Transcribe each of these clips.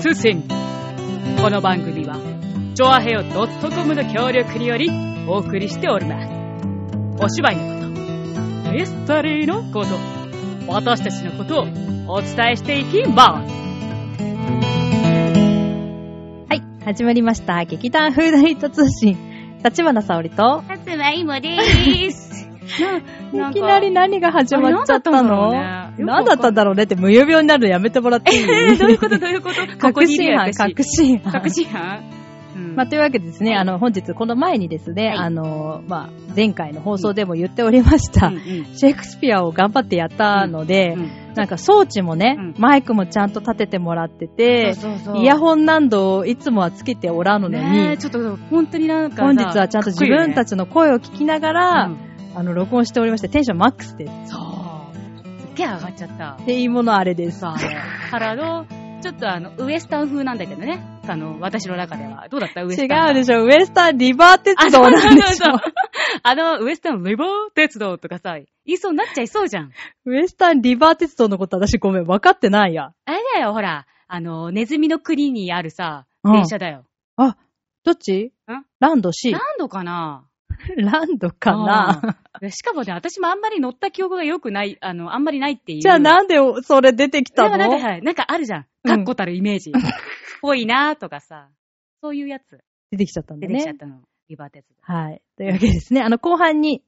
通信。この番組はチョアヘヨ .com の協力によりお送りしております。お芝居のこと、ミステリーのこと、私たちのことをお伝えしていきます。 はい、始まりました。劇団フーダニット通信。立花沙織と辰馬いもでーす。 いきなり何が始まっちゃったの？何だったんだろうねって無病になるのやめてもらっていい？ どういうこと確信犯。というわけでですね、本日この前にですね、前回の放送でも言っておりました、シェイクスピアを頑張ってやったので、なんか装置もね、マイクもちゃんと立ててもらってて、イヤホン難度をいつもはつけておらんのに、 ちょっと本当になんか本日はちゃんと自分たちの声を聞きながら、録音しておりまして、テンションマックスです。 そう。すっげえ上がっちゃった。 っていうものあれです。 腹の、ちょっとウエスタン風なんだけどね。私の中では。どうだったウエスタン。 違うでしょ。ウエスタンリバー鉄道なんでしょ。 ウエスタンリバー鉄道とかさ、言いそうになっちゃいそうじゃん。 ウエスタンリバー鉄道のこと私ごめん、分かってないや。 あれだよ、ほら、ネズミの国にあるさ、電車だよ。 あ、どっち？ランド C。 ランドかな？ ランドかな？ しかもね、私もあんまり乗った記憶が良くない、あんまりないっていう。 じゃあなんでそれ出てきたの？ でもなんかあるじゃん。確固たるイメージ。ぽいなーとかさ。そういうやつ。 出てきちゃったんだね。 出てきちゃったの。リバー鉄道。 はい。というわけですね。後半に、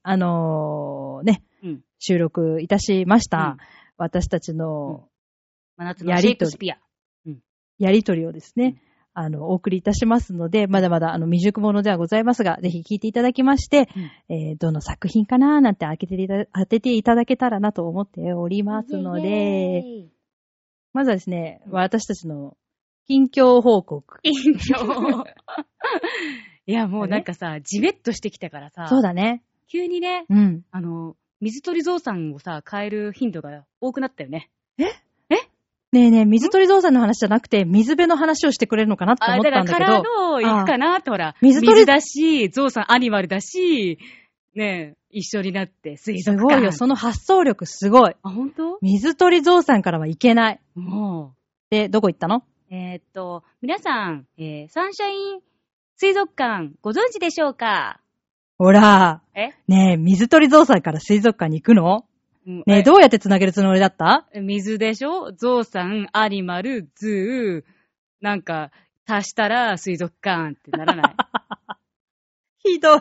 収録いたしました。私たちの、 真夏のシェイクスピア。 やりとりをですね、お送りいたしますので、まだまだ未熟者ではございますが、ぜひ聞いていただきまして、どの作品かなーなんて当てていただけたらなと思っておりますので、まずはですね、私たちの近況報告。 近況いや、もうなんかさ、ジメッとしてきたからさ。 そうだね。 急にね、水鳥ゾウさんをさ、変える頻度が多くなったよね。 ねえねえ、水鳥ゾウさんの話じゃなくて、水辺の話をしてくれるのかなって思ったんだけど。 だからからの行くかなってほら。水だし、ゾウさんアニマルだし、ねえ、一緒になって水族館。 すごいよ、その発想力すごい。 あ、本当？ 水鳥ゾウさんからはいけない。 もう。 で、どこ行ったの？ 皆さん、サンシャイン水族館ご存知でしょうか？ ほら。ねえ、水鳥ゾウさんから水族館に行くの？ねえ、どうやって繋げるつもりだった？ 水でしょ？ゾウさん、アニマル、ズー、なんか、足したら水族館ってならないひどい。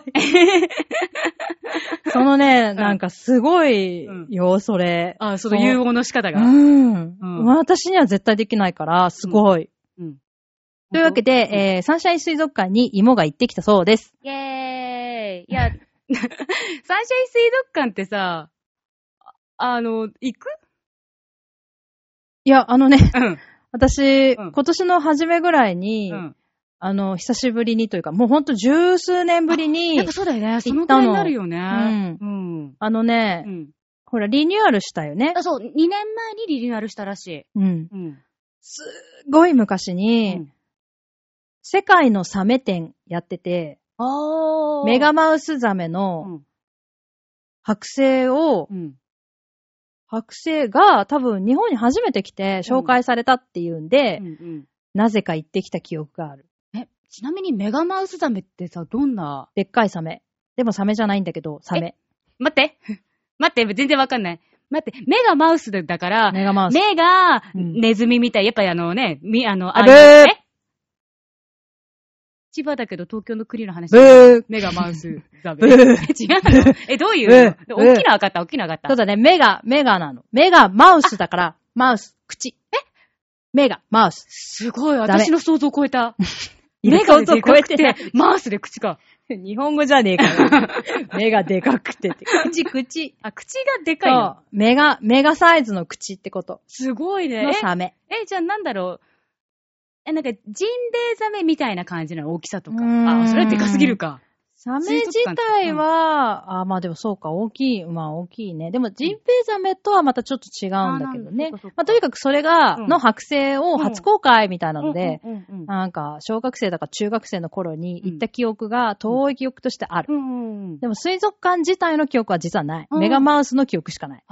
そのね、なんかすごいよ、それ。 あ、その融合の仕方が。 私には絶対できないから、すごい。というわけで、サンシャイン水族館に芋が行ってきたそうです。 イェーイ。いや、サンシャイン水族館ってさ、行く？ いや、私、今年の初めぐらいに、久しぶりにというか、もうほんと十数年ぶりに。 やっぱそうだよね。そのくらいになるよね。 ほら、リニューアルしたよね。 そう、2年前にリニューアルしたらしい。 すごい昔に、世界のサメ展やってて、メガマウスザメの剥製を、剥製が多分日本に初めて来て紹介されたっていうんで、なぜか行ってきた記憶がある。 ちなみにメガマウスザメってさ、どんな？ でっかいサメ。でもサメじゃないんだけど、サメ。 待って、全然わかんない。待って、目がマウスだから、 目がネズミみたい。やっぱり千葉だけど東京の国の話。目がマウスザメ。違うの？どういうの？大きなわかった。 そうだね、目がなの。目がマウスだから、マウス、口。目がマウス。 すごい、私の想像を超えた。 目がでかくて、 マウスで口か。 日本語じゃねえかよ。目がでかくてって。口。 あ、口がでかいの？ そう。メガサイズの口ってこと。 すごいね。 のサメ。 じゃあなんだろう。なんか、ジンベエザメみたいな感じの大きさとか。あ、それはでかすぎるか。 サメ自体は、まあでもそうか、大きいね。でも、ジンベエザメとはまたちょっと違うんだけどね。まあとにかくそれの剥製を初公開みたいなので、なんか、小学生だか中学生の頃に行った記憶が遠い記憶としてある。でも、水族館自体の記憶は実はない。メガマウスの記憶しかない。 あ、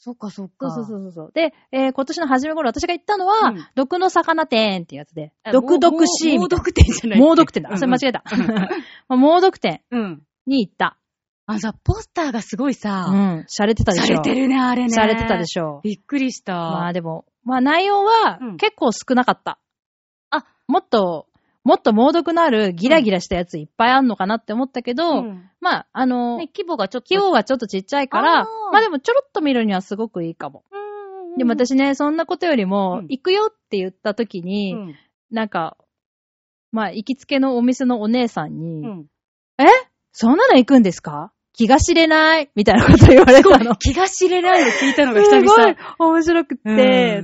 そっかそっか。 そう。で、今年の初め頃私が行ったのは、毒の魚店っていうやつで、毒しい。 猛毒店じゃない。 猛毒店だ。それ間違えた。猛毒店に行った。 ポスターがすごいさ、 洒落てたでしょ。 洒落てるね、あれね。 洒落てたでしょ。 びっくりした。 まあでも、内容は結構少なかった。もっと猛毒のあるギラギラしたやついっぱいあんのかなって思ったけど、まあ、規模がちょっとちっちゃいから、まあでもちょろっと見るにはすごくいいかも。でも私ね、そんなことよりも、行くよって言った時に、なんか、まあ、行きつけのお店のお姉さんに、そんなの行くんですか？気が知れないみたいなこと言われたの。 気が知れないの聞いたのが久々。 すごい面白くって、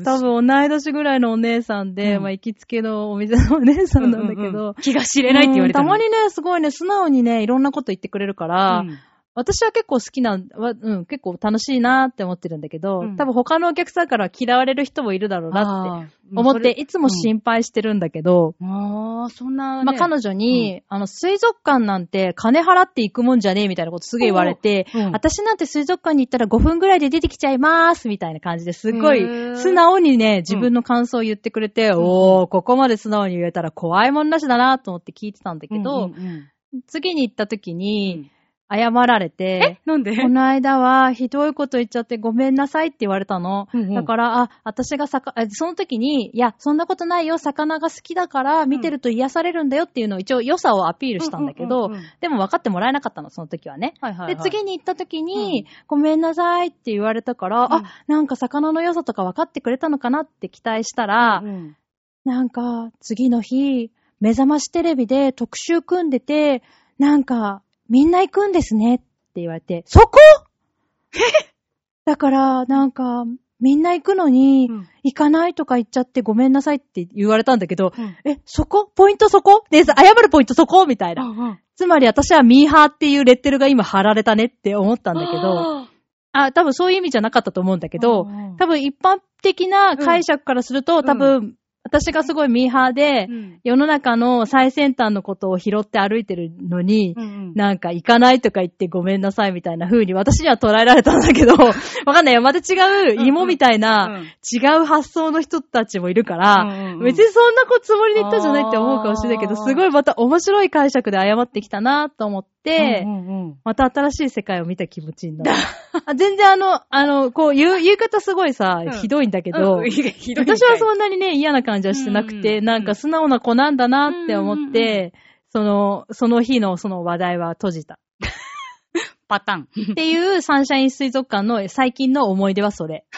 多分同い年ぐらいのお姉さんで、まあ行きつけのお店のお姉さんなんだけど、 気が知れないって言われたの。 たまにね、すごいね、素直にね、いろんなこと言ってくれるから、私は結構好きな、結構楽しいなって思ってるんだけど、多分他のお客さんから嫌われる人もいるだろうなって思って、いつも心配してるんだけど、 そんな、ね。 まあ、彼女に、水族館なんて金払って行くもんじゃねえみたいなことすげえ言われて、私なんて水族館に行ったら5分ぐらいで出てきちゃいますみたいな感じですごい素直にね、自分の感想を言ってくれて、ここまで素直に言えたら怖いもんなしだなと思って聞いてたんだけど、次に行った時に、謝られて、 なんで？ この間はひどいこと言っちゃってごめんなさいって言われたの。だから、私がその時に、いや、そんなことないよ、魚が好きだから見てると癒されるんだよっていうのを一応良さをアピールしたんだけど、でも分かってもらえなかったの、その時はね。で、次に行った時に、ごめんなさいって言われたから、なんか魚の良さとか分かってくれたのかなって期待したら、なんか、次の日、目覚ましテレビで特集組んでて、なんか、みんな行くんですねって言われて、そこだから、なんか、みんな行くのに、行かないとか言っちゃってごめんなさいって言われたんだけど、そこポイントそこねえ、謝るポイントそこみたいな。つまり私はミーハーっていうレッテルが今貼られたねって思ったんだけど、多分そういう意味じゃなかったと思うんだけど、多分一般的な解釈からすると、多分、私がすごいミーハーで、世の中の最先端のことを拾って歩いてるのに、なんか行かないとか言ってごめんなさいみたいな風に私には捉えられたんだけど、わかんないよ。また違う芋みたいな、違う発想の人たちもいるから、別にそんなつもりで言ったんじゃないって思うかもしれないけど、すごいまた面白い解釈で謝ってきたなと思って、また新しい世界を見た気持ちになる。全然こう言い方すごいさ、ひどいんだけど、私はそんなにね、嫌な感じはしてなくて、なんか素直な子なんだなって思って、その日のその話題は閉じた。 パターン。 っていうサンシャイン水族館の最近の思い出はそれ。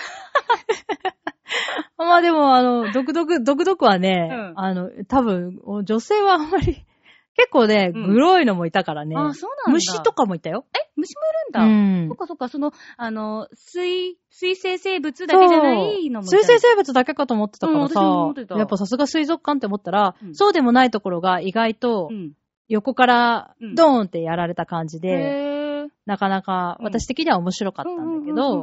まあでも、独特はね、多分、女性はあんまり、結構ね、グロいのもいたからね。 そうなんだ。 虫とかもいたよ。 虫もいるんだ。そっか、水生生物だけじゃないのもいた。 水生生物だけかと思ってたからさ、やっぱさすが水族館って思ったら、そうでもないところが意外と、横からドーンってやられた感じで、なかなか私的には面白かったんだけど、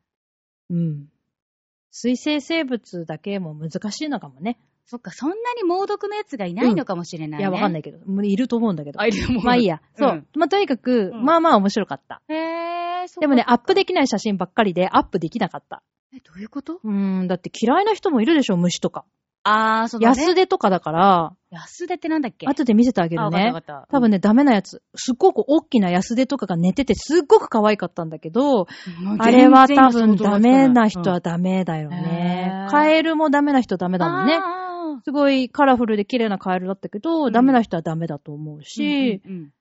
水生生物だけも難しいのかもね。 そっか、そんなに猛毒のやつがいないのかもしれないね。 いや、わかんないけど。いると思うんだけど。 いると思う。 まあいいや。そう。まあとにかく、まあまあ面白かった。でもね、アップできない写真ばっかりでアップできなかった。 どういうこと？ だって嫌いな人もいるでしょ、虫とか。 そうだね。 安手とかだから。 安手ってなんだっけ？ 後で見せてあげるね。多分ね、ダメなやつ。すっごく大きな安手とかが寝ててすっごく可愛かったんだけど、あれは多分ダメな人はダメだよね。カエルもダメな人ダメだもんね。すごいカラフルで綺麗なカエルだったけど、ダメな人はダメだと思うし、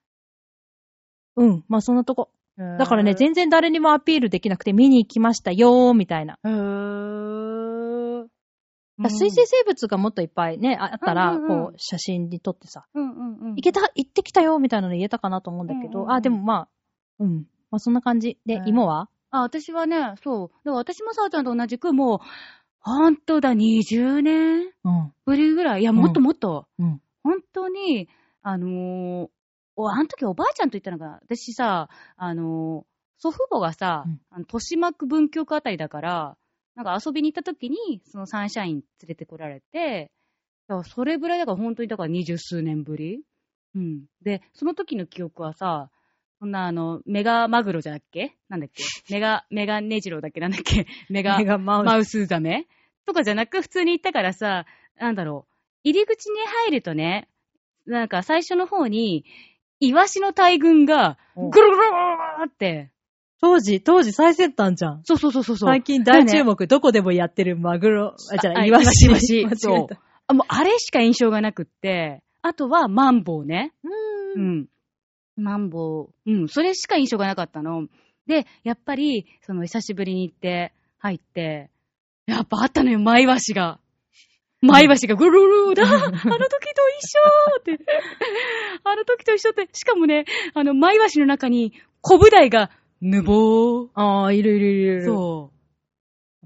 まあそんなとこ。だからね、全然誰にもアピールできなくて見に行きましたよーみたいな。水生生物がもっといっぱいね、あったら、こう、写真に撮ってさ、行ってきたよみたいなの言えたかなと思うんだけど、でもまあ、まあそんな感じ。で、芋は？ 私はね、そう。でも私もさおちゃんと同じくもう、ほんとだ、20年ぶりぐらい。いや、もっともっと。本当に、あの時おばあちゃんと言ったのかな。私さ、祖父母がさ、豊島区文京区あたりだから、なんか遊びに行った時に、そのサンシャイン連れてこられて、それぐらいだから本当にだから20数年ぶり。で、その時の記憶はさ、 そんなメガマグロじゃなっけなんだっけメガネジロだっけなんだっけメガマウスザメとかじゃなく普通に行ったからさ、なんだろう。入り口に入るとね、なんか最初の方に、イワシの大群が、ぐるぐるぐるって、 当時最先端じゃん。 そう。 最近大注目、どこでもやってるマグロ、イワシ。 そう。もうあれしか印象がなくって、あとはマンボウね。マンボウ。それしか印象がなかったの。で、やっぱり、久しぶりに行って、入って、やっぱあったのよ、マイワシが。マイワシがぐるるるだ、あの時と一緒って。あの時と一緒って。しかもね、マイワシの中に、コブダイが、ぬぼー。 ああ、いる。 そう。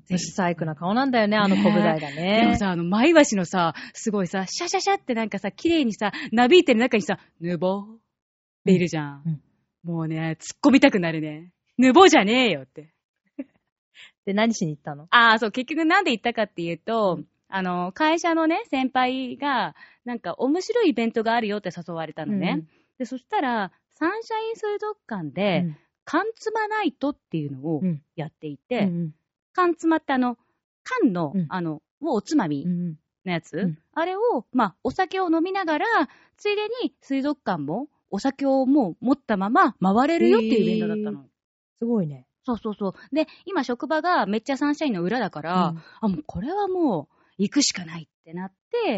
不細工な顔なんだよね、あのコブダイがね。 でもさ、マイワシのさ、すごいさ、シャシャシャってなんかさ、綺麗にさ、なびいてる中にさ、ぬぼーっているじゃん。もうね、突っ込みたくなるね。ぬぼーじゃねえよって。 で、何しに行ったの？ そう、結局なんで行ったかっていうと、会社のね、先輩が、なんか面白いイベントがあるよって誘われたのね。で、そしたら、サンシャイン水族館で、缶つまナイトっていうのをやっていて、缶つまって缶の、おつまみのやつ、あれを、お酒を飲みながら、ついでに水族館もお酒をもう持ったまま回れるよっていうイベントだったの。 すごいね。 そう。で、今職場がめっちゃサンシャインの裏だから、もうこれはもう行くしかないってなって、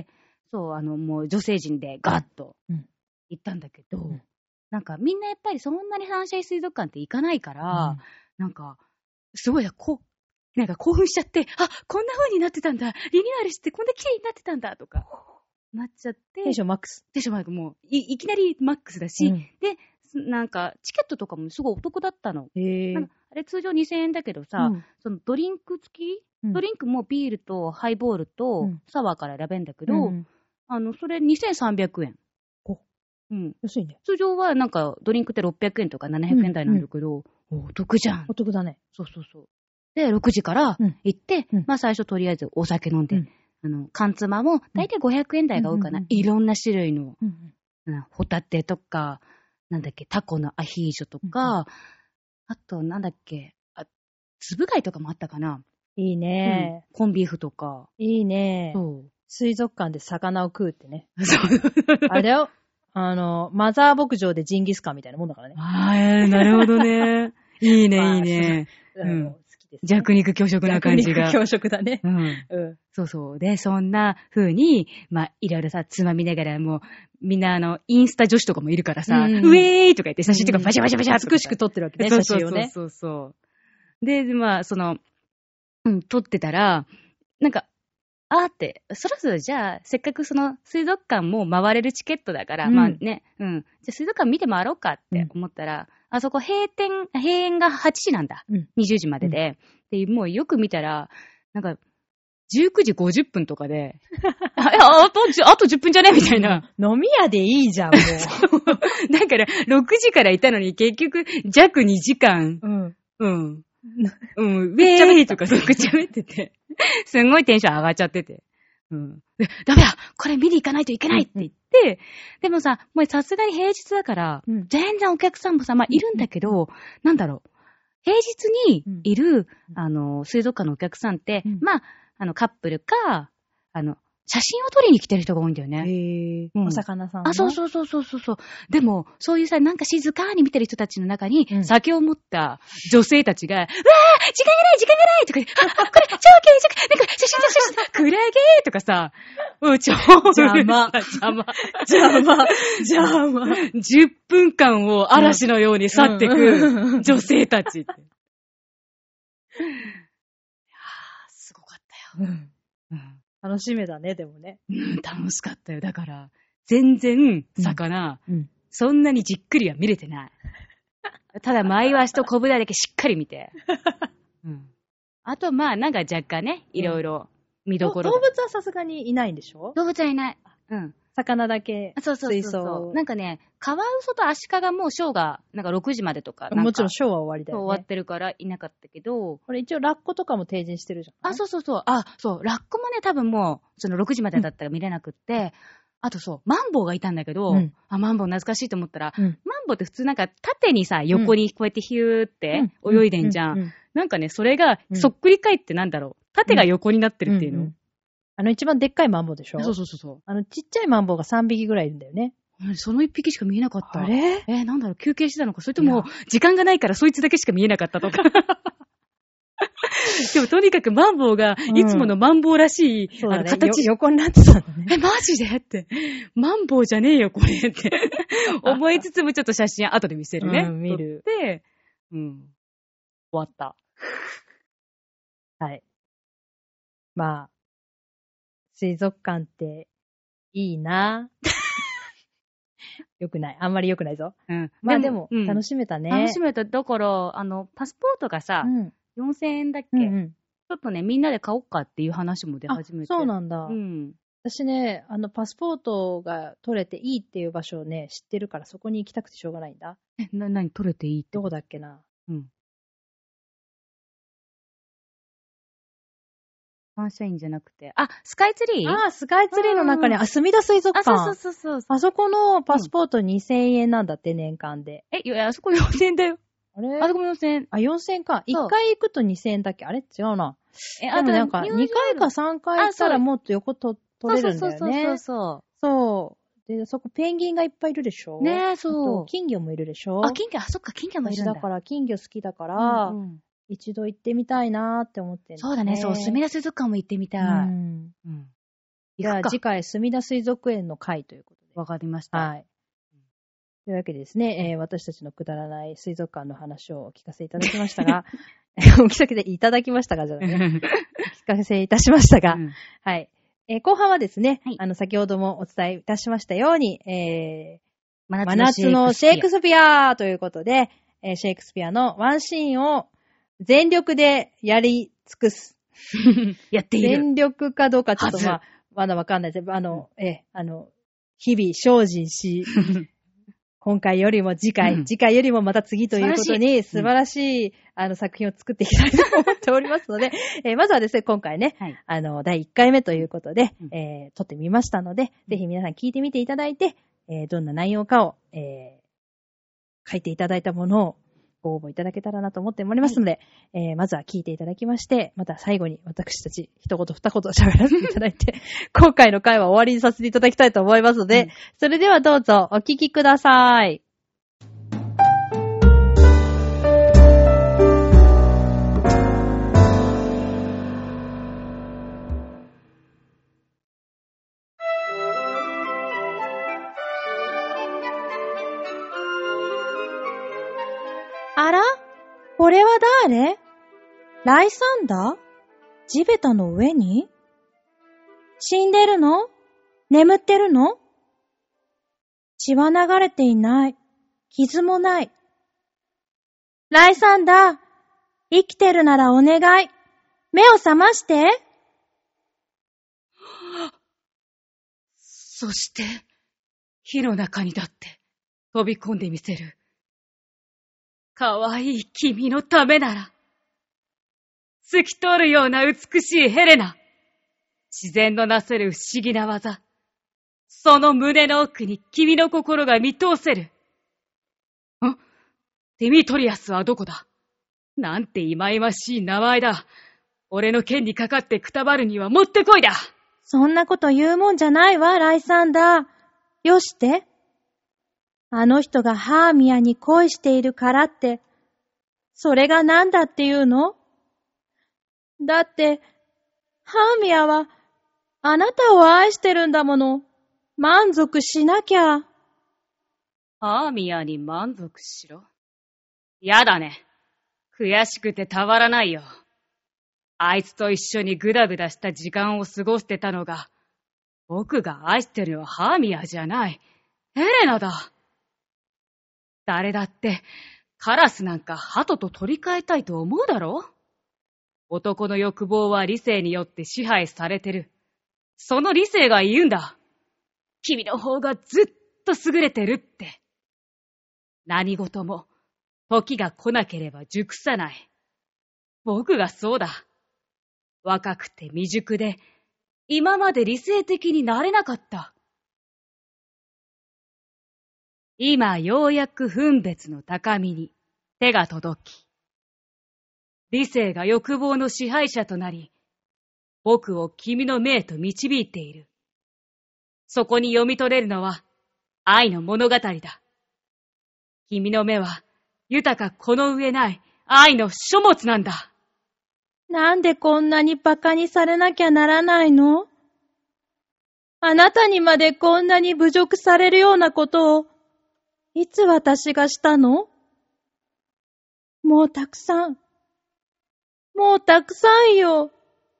そう、もう女性陣でガッと行ったんだけど、なんかみんなやっぱりそんなにサンシャイン水族館って行かないから、なんか、すごいなんか興奮しちゃって、こんな風になってたんだ、リニューアルしてこんな綺麗になってたんだとか、なっちゃって。 テンションマックス。 もういきなりマックスだし、で、なんか、チケットとかもすごいお得だったの。あれ通常2000円だけどさ、そのドリンク付き、ドリンクもビールとハイボールとサワーから選べんだけど、それ2300円。 安いね。 通常はなんかドリンクって600円とか700円台なんだけど、お得じゃん。 お得だね。 そう。で、6時から行って、最初とりあえずお酒飲んで、缶つまもだいたい500円台が多いかな。いろんな種類の、ホタテとか、なんだっけ、タコのアヒージョとか、あと、なんだっけ、つぶ貝とかもあったかな。 いいね、 コンビーフとか。 いいね。 そう。 水族館で魚を食うってね。 そう。 あれを、マザー牧場でジンギスカンみたいなもんだからね。 なるほどね。いいね。好きです、ね。弱肉強食な感じが。 弱肉強食だね。 そう。で、そんな風に、いろいろさ、つまみながら、もう、みんなインスタ女子とかもいるからさ、ウェーイとか言って写真とかバシャバシャバシャ美しく撮ってるわけね、写真をね。 そう。で、撮ってたら、なんか、そろそろじゃあ、せっかくその水族館も回れるチケットだから、じゃあ水族館見て回ろうかって思ったら、あそこ閉園が8時なんだ。20時までで。で、もうよく見たら、なんか、19時50分とかで、あと10分じゃねみたいな。 飲み屋でいいじゃん、もう。 だから、6時からいたのに結局、弱2時間。ウェーイとかくちゃべってて、すんごいテンション上がっちゃってて。ダメだこれ見に行かないといけないって言って、でもさ、もうさすがに平日だから、全然お客さんもさ、いるんだけど、なんだろう、平日にいる、水族館のお客さんって、カップルか、写真を撮りに来てる人が多いんだよね。 お魚さんの。 そう。でも、そういうさ、なんか静かに見てる人たちの中に、酒を持った女性たちが、うわー時間がないとか、これ、超綺麗なんか、写真クラゲーとかさ、超邪魔。 10分間を嵐のように去ってく女性たちって。すごかったよ。 楽しめだね、でもね。 楽しかったよ。だから、全然、魚、そんなにじっくりは見れてない。ただ、マイワシとコブダイだけしっかり見て。あと、なんか若干ね、いろいろ見どころ。 動物はさすがにいないんでしょ？ 動物はいない。 魚だけ。 水槽。なんかね、カワウソとアシカがもうショーが、なんか6時までとか。 もちろんショーは終わりだよね。 終わってるからいなかったけど。 これ一応ラッコとかも提示してるじゃん。 そう。ラッコもね、多分もう、その6時までだったら見れなくって、 あとそう、マンボウがいたんだけど、マンボウ懐かしいと思ったら、マンボウって普通なんか縦にさ、横にこうやってヒューって泳いでんじゃん。なんかね、それがそっくり返ってなんだろう。縦が横になってるっていうの。 一番でっかいマンボウでしょ？ そう。 ちっちゃいマンボウが3匹ぐらいいるんだよね。 その1匹しか見えなかった。 あれ？ なんだろう、休憩してたのか、それとも、時間がないからそいつだけしか見えなかったとか。でもとにかくマンボウが、いつものマンボウらしい、形。 横になってたんだね。 マジでって。マンボウじゃねえよ、これって思いつつもちょっと写真後で見せるね。 見る。 で、終わった。 はい。まあ、水族館っていいな。よくない。あんまりよくないぞ。まあでも、楽しめたね。 楽しめた。だから、パスポートがさ、4000円だっけ、ちょっとね、みんなで買おうかっていう話も出始めて。 そうなんだ。私ね、パスポートが取れていいっていう場所をね、知ってるからそこに行きたくてしょうがないんだ。 何取れていいって？ どこだっけな。 サンシャインじゃなくて。スカイツリー？ スカイツリーの中に、墨田水族館。 そう。 あそこのパスポート2000円なんだって、年間で。 あそこ4000円だよ。 あれ？ あそこも4000円。 4000円か。1回行くと2000円だっけ？あれ？違うな。でもなんか、2回か3回行ったらもっと横取れるんだよね。そう。で、そこペンギンがいっぱいいるでしょ？ ねえ、そう。 金魚もいるでしょ？ 金魚、そっか、金魚もいるんだ。 だから金魚好きだから、一度行ってみたいなーって思ってるんですね。 そうだね、そう、墨田水族館も行ってみたい。 じゃあ次回、墨田水族園の会ということで。 わかりました。 はい。というわけでですね、私たちのくだらない水族館の話をお聞かせいただきましたが、お聞かせいただきましたが、じゃないね。お聞かせいたしましたが、はい。後半はですね、先ほどもお伝えいたしましたように、真夏のシェイクスピアということで、シェイクスピアのワンシーンを全力でやり尽くす。 やっている。 全力かどうかちょっとまだわかんないです。日々精進し、今回よりも次回よりもまた次ということに素晴らしい、作品を作っていきたいと思っておりますので、まずはですね、今回ね、第1回目ということで、撮ってみましたので、ぜひ皆さん聞いてみていただいて、どんな内容かを、書いていただいたものをご応募いただけたらなと思っておりますので、まずは聞いていただきまして、また最後に私たち一言二言喋らせていただいて、今回の回は終わりにさせていただきたいと思いますので、それではどうぞお聞きください。あら？これは誰？ライサンダー？地べたの上に？死んでるの？眠ってるの？血は流れていない。傷もない。ライサンダー、生きてるならお願い。目を覚まして。 そして、火の中にだって飛び込んでみせる。かわいい君のためなら、透き通るような美しいヘレナ。自然のなせる不思議な技。その胸の奥に君の心が見通せる。デミトリアスはどこだ？なんて忌々しい名前だ。俺の剣にかかってくたばるにはもってこいだ。 そんなこと言うもんじゃないわ、ライサンダー。よして。あの人がハーミアに恋しているからって、それがなんだっていうの？だって、ハーミアは、あなたを愛してるんだもの。満足しなきゃ。 ハーミアに満足しろ。やだね。悔しくてたまらないよ。あいつと一緒にグダグダした時間を過ごしてたのが、僕が愛してるのはハーミアじゃない。ヘレナだ。誰だって、カラスなんか鳩と取り替えたいと思うだろ？男の欲望は理性によって支配されてる。その理性が言うんだ。君の方がずっと優れてるって。何事も、時が来なければ熟さない。僕がそうだ。若くて未熟で、今まで理性的になれなかった。 今ようやく分別の高みに手が届き、理性が欲望の支配者となり、僕を君の命と導いている。そこに読み取れるのは愛の物語だ。君の目は豊かこの上ない愛の書物なんだ。 なんでこんなに馬鹿にされなきゃならないの？あなたにまでこんなに侮辱されるようなことを、いつ私がしたの？もうたくさんよ。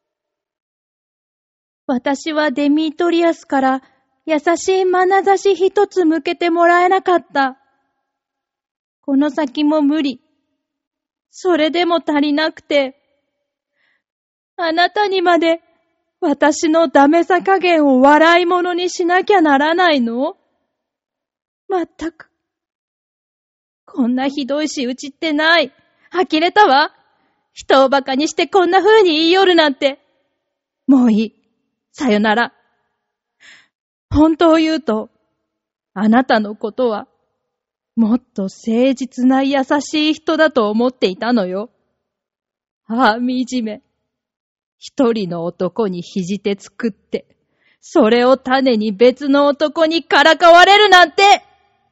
私はデミトリアスから優しい眼差し一つ向けてもらえなかった。この先も無理。それでも足りなくて、あなたにまで私のダメさ加減を笑い物にしなきゃならないの？まったく。こんなひどい仕打ちってない。呆れたわ。人を馬鹿にしてこんな風に言いよるなんて。もういい。さよなら。本当を言うと、あなたのことは、もっと誠実な優しい人だと思っていたのよ。ああ、惨め。一人の男に肘手作って、それを種に別の男にからかわれるなんて。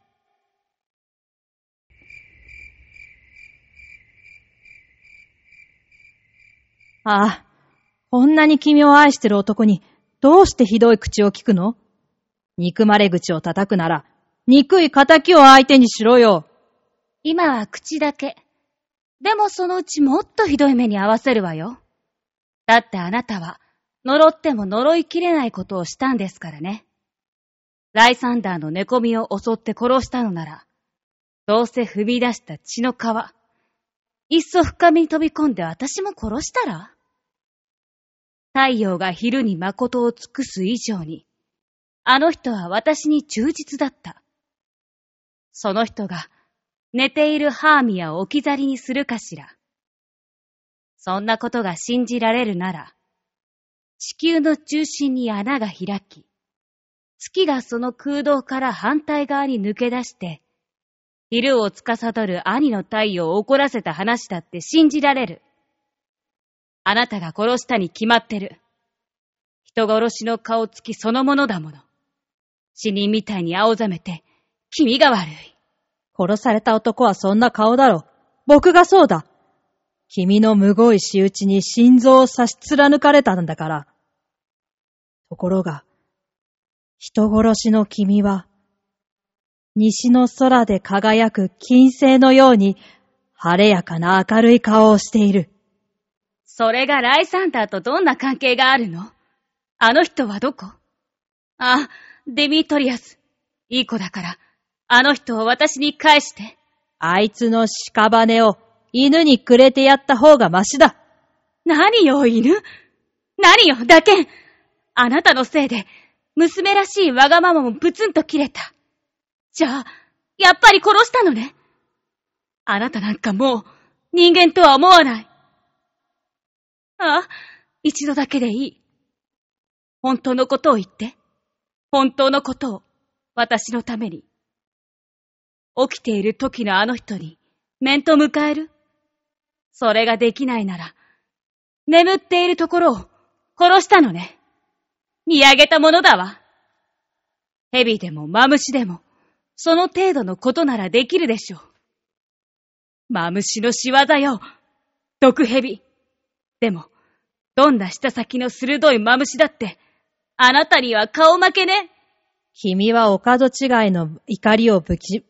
ああ、こんなに君を愛してる男にどうしてひどい口を聞くの？憎まれ口を叩くなら、憎い仇を相手にしろよ。 今は口だけ。でもそのうちもっとひどい目に遭わせるわよ。だってあなたは呪っても呪いきれないことをしたんですからね。ライサンダーの寝込みを襲って殺したのなら、どうせ踏み出した血の皮、いっそ深みに飛び込んで私も殺したら？太陽が昼に誠を尽くす以上に、あの人は私に忠実だった。その人が寝ているハーミヤを置き去りにするかしら。そんなことが信じられるなら、地球の中心に穴が開き、月がその空洞から反対側に抜け出して、昼を司る兄の太陽を怒らせた話だって信じられる。あなたが殺したに決まってる。人殺しの顔つきそのものだもの。死人みたいに青ざめて、君が悪い。 殺された男はそんな顔だろ。僕がそうだ。君のむごい仕打ちに心臓を差し貫かれたんだから。ところが、人殺しの君は、西の空で輝く金星のように晴れやかな明るい顔をしている。 それがライサンダーとどんな関係があるの？あの人はどこ？あ、デミトリアス。いい子だから、あの人を私に返して。 あいつの屍を犬にくれてやった方がマシだ。 何よ、犬？何よ、だけん。あなたのせいで、娘らしいわがままもプツンと切れた。じゃあ、やっぱり殺したのね。あなたなんかもう、人間とは思わない。ああ、一度だけでいい。本当のことを言って。本当のことを、私のために。起きている時のあの人に、面と向かえる？それができないなら、眠っているところを、殺したのね。見上げたものだわ。蛇でもマムシでも、その程度のことならできるでしょう。マムシの仕業よ。毒蛇。でも、どんな舌先の鋭いマムシだって、あなたには顔負けね。 君はお門違いの怒りをぶち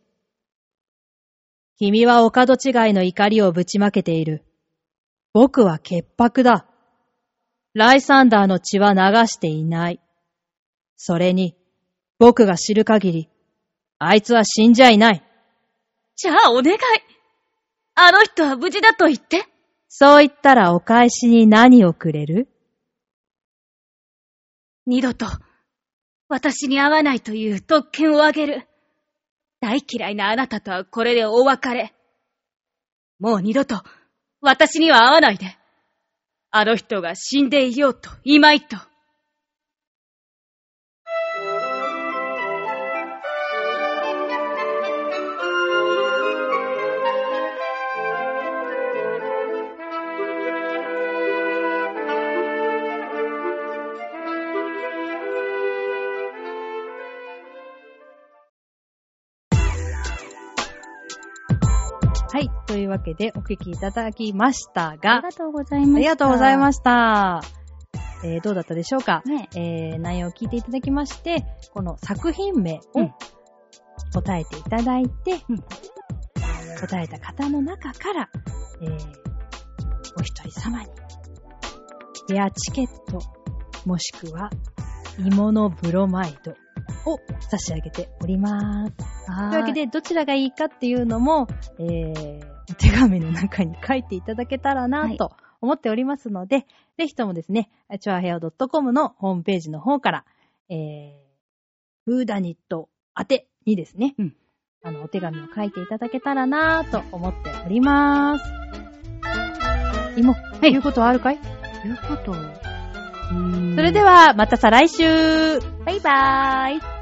まけている。僕は潔白だ。ライサンダーの血は流していない。それに、僕が知る限り、あいつは死んじゃいない。 じゃあお願い。あの人は無事だと言って。 そう言ったらお返しに何をくれる？ 二度と、私に会わないという特権をあげる。大嫌いなあなたとはこれでお別れ。もう二度と、私には会わないで。あの人が死んでいようと、いまいと。 はい。というわけでお聞きいただきましたが。 ありがとうございました。 ありがとうございました。どうだったでしょうか、 ね、 内容を聞いていただきまして、この作品名を答えていただいて、答えた方の中から、お一人様にペアチケットもしくは芋のブロマイドを差し上げております。というわけでどちらがいいかっていうのも、お手紙の中に書いていただけたらなと思っておりますので、ぜひともですね、チョアヘオ .com のホームページの方から、フーダニット宛てにですね、お手紙を書いていただけたらなと思っております。芋、言うことはあるかい？ 言うこと。 それではまた再来週。 バイバーイ。